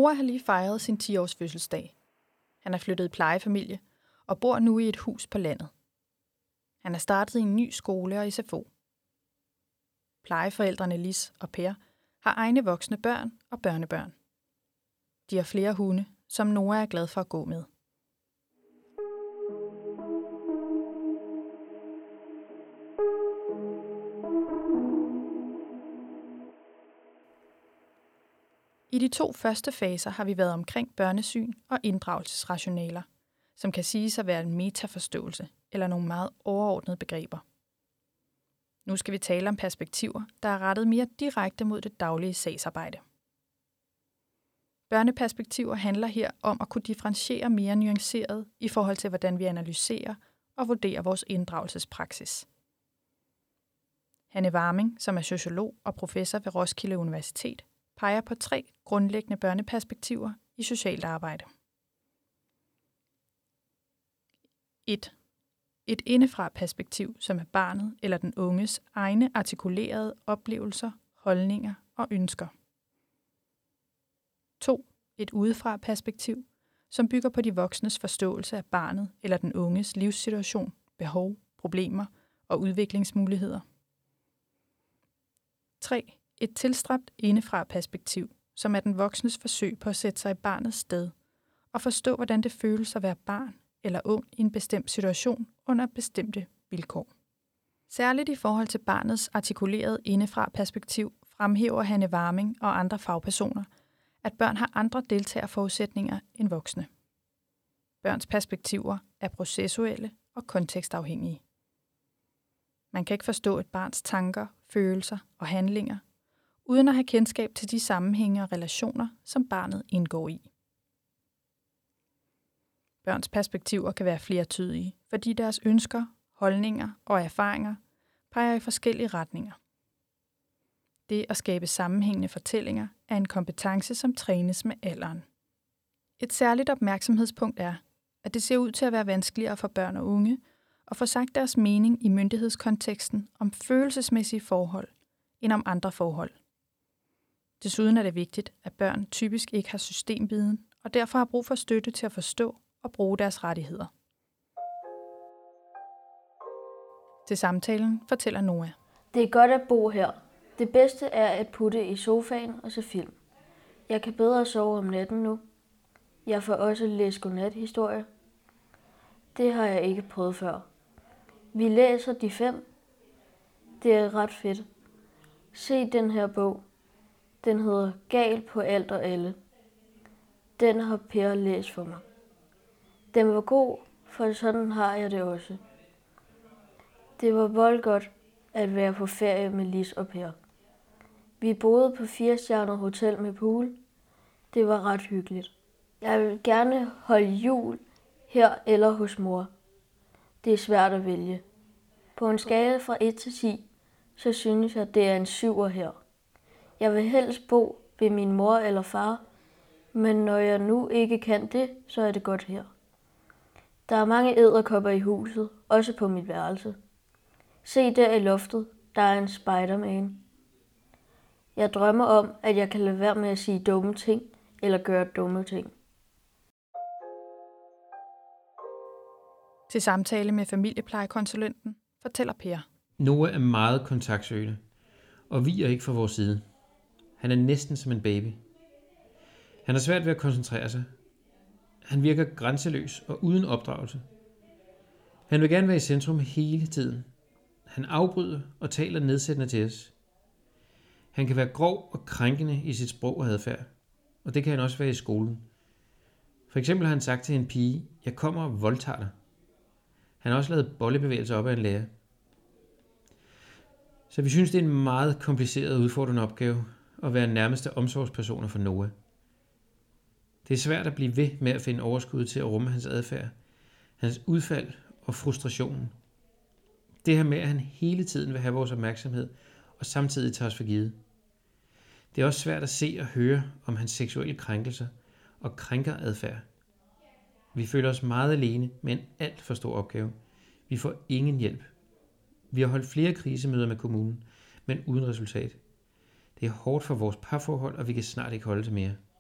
Noah har lige fejret sin 10-års fødselsdag. Han er flyttet i plejefamilie og bor nu i et hus på landet. Han er startet i en ny skole og SFO. Plejeforældrene Lis og Per har egne voksne børn og børnebørn. De har flere hunde, som Noah er glad for at gå med. I de 2 første faser har vi været omkring børnesyn og inddragelsesrationaler, som kan siges at være en metaforståelse eller nogle meget overordnede begreber. Nu skal vi tale om perspektiver, der er rettet mere direkte mod det daglige sagsarbejde. Børneperspektiver handler her om at kunne differentiere mere nuanceret i forhold til, hvordan vi analyserer og vurderer vores inddragelsespraksis. Hanne Warming, som er sociolog og professor ved Roskilde Universitet, peger på 3 grundlæggende børneperspektiver i socialt arbejde. 1. Et indefra-perspektiv, som er barnet eller den unges egne artikulerede oplevelser, holdninger og ønsker. 2. Et udefra-perspektiv, som bygger på de voksnes forståelse af barnet eller den unges livssituation, behov, problemer og udviklingsmuligheder. 3. Et tilstræbt indefra-perspektiv, som er den voksnes forsøg på at sætte sig i barnets sted og forstå, hvordan det føles at være barn eller ung i en bestemt situation under bestemte vilkår. Særligt i forhold til barnets artikulerede indefra-perspektiv fremhæver Hanne Warming og andre fagpersoner, at børn har andre deltagerforudsætninger end voksne. Børns perspektiver er processuelle og kontekstafhængige. Man kan ikke forstå et barns tanker, følelser og handlinger, uden at have kendskab til de sammenhænge og relationer, som barnet indgår i. Børns perspektiver kan være flertydige, fordi deres ønsker, holdninger og erfaringer peger i forskellige retninger. Det at skabe sammenhængende fortællinger er en kompetence, som trænes med alderen. Et særligt opmærksomhedspunkt er, at det ser ud til at være vanskeligere for børn og unge at få sagt deres mening i myndighedskonteksten om følelsesmæssige forhold end om andre forhold. Desuden er det vigtigt, at børn typisk ikke har systemviden og derfor har brug for støtte til at forstå og bruge deres rettigheder. Til samtalen fortæller Noah. Det er godt at bo her. Det bedste er at putte i sofaen og se film. Jeg kan bedre sove om natten nu. Jeg får også læst godnathistorier. Det har jeg ikke prøvet før. Vi læser de 5. Det er ret fedt. Se den her bog. Den hedder Gal på alt og alle. Den har Per læst for mig. Den var god, for sådan har jeg det også. Det var voldgodt at være på ferie med Lis og Per. Vi boede på 4-stjernet hotel med pool. Det var ret hyggeligt. Jeg vil gerne holde jul her eller hos mor. Det er svært at vælge. På en skala fra 1 til 10, så synes jeg, det er en 7'er her. Jeg vil helst bo ved min mor eller far, men når jeg nu ikke kan det, så er det godt her. Der er mange edderkopper i huset, også på mit værelse. Se der i loftet, der er en Spider-Man. Jeg drømmer om, at jeg kan lade være med at sige dumme ting eller gøre dumme ting. Til samtale med familieplejekonsulenten fortæller Per. Noah er meget kontaktsøgende og viger ikke fra vores side. Han er næsten som en baby. Han har svært ved at koncentrere sig. Han virker grænseløs og uden opdragelse. Han vil gerne være i centrum hele tiden. Han afbryder og taler nedsættende til os. Han kan være grov og krænkende i sit sprog og adfærd, og det kan han også være i skolen. For eksempel har han sagt til en pige, jeg kommer og voldtager dig. Han har også lavet bollebevægelser op af en lærer. Så vi synes, det er en meget kompliceret og udfordrende opgave at være nærmeste omsorgspersoner for Noah. Det er svært at blive ved med at finde overskud til at rumme hans adfærd, hans udfald og frustrationen. Det her med, at han hele tiden vil have vores opmærksomhed og samtidig tager os for givet. Det er også svært at se og høre om hans seksuelle krænkelser og krænkeradfærd. Vi føler os meget alene med en alt for stor opgave. Vi får ingen hjælp. Vi har holdt flere krisemøder med kommunen, men uden resultat. Det er hårdt for vores parforhold, og vi kan snart ikke holde til mere.